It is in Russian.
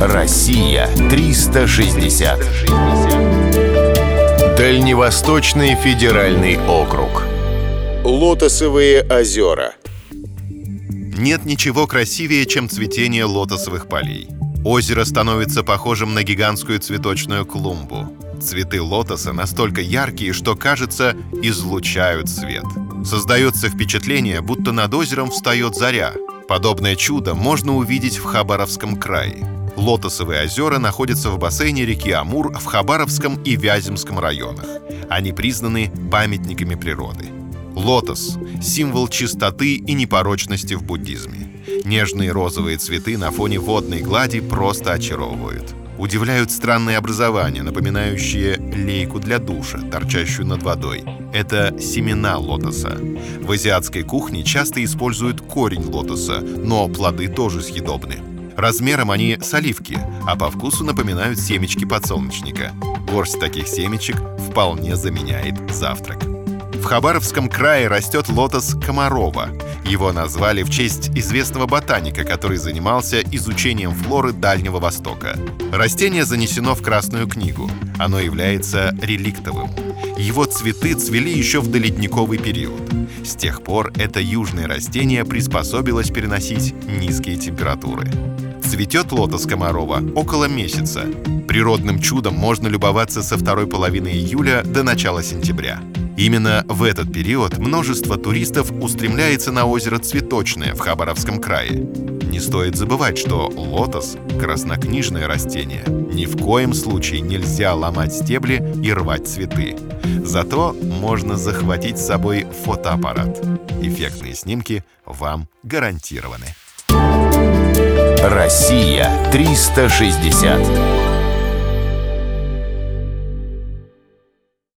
Россия 360. Дальневосточный федеральный округ. Лотосовые озера. Нет ничего красивее, чем цветение лотосовых полей. Озеро становится похожим на гигантскую цветочную клумбу. Цветы лотоса настолько яркие, что, кажется, излучают свет. Создается впечатление, будто над озером встает заря. Подобное чудо можно увидеть в Хабаровском крае. Лотосовые озера находятся в бассейне реки Амур в Хабаровском и Вяземском районах. Они признаны памятниками природы. Лотос – символ чистоты и непорочности в буддизме. Нежные розовые цветы на фоне водной глади просто очаровывают. Удивляют странные образования, напоминающие лейку для душа, торчащую над водой. Это семена лотоса. В азиатской кухне часто используют корень лотоса, но плоды тоже съедобны. Размером они с оливки, а по вкусу напоминают семечки подсолнечника. Горсть таких семечек вполне заменяет завтрак. В Хабаровском крае растет лотос Комарова. Его назвали в честь известного ботаника, который занимался изучением флоры Дальнего Востока. Растение занесено в Красную книгу. Оно является реликтовым. Его цветы цвели еще в доледниковый период. С тех пор это южное растение приспособилось переносить низкие температуры. Цветет лотос Комарова около месяца. Природным чудом можно любоваться со второй половины июля до начала сентября. Именно в этот период множество туристов устремляется на озеро Цветочное в Хабаровском крае. Не стоит забывать, что лотос – краснокнижное растение. Ни в коем случае нельзя ломать стебли и рвать цветы. Зато можно захватить с собой фотоаппарат. Эффектные снимки вам гарантированы. Россия 360.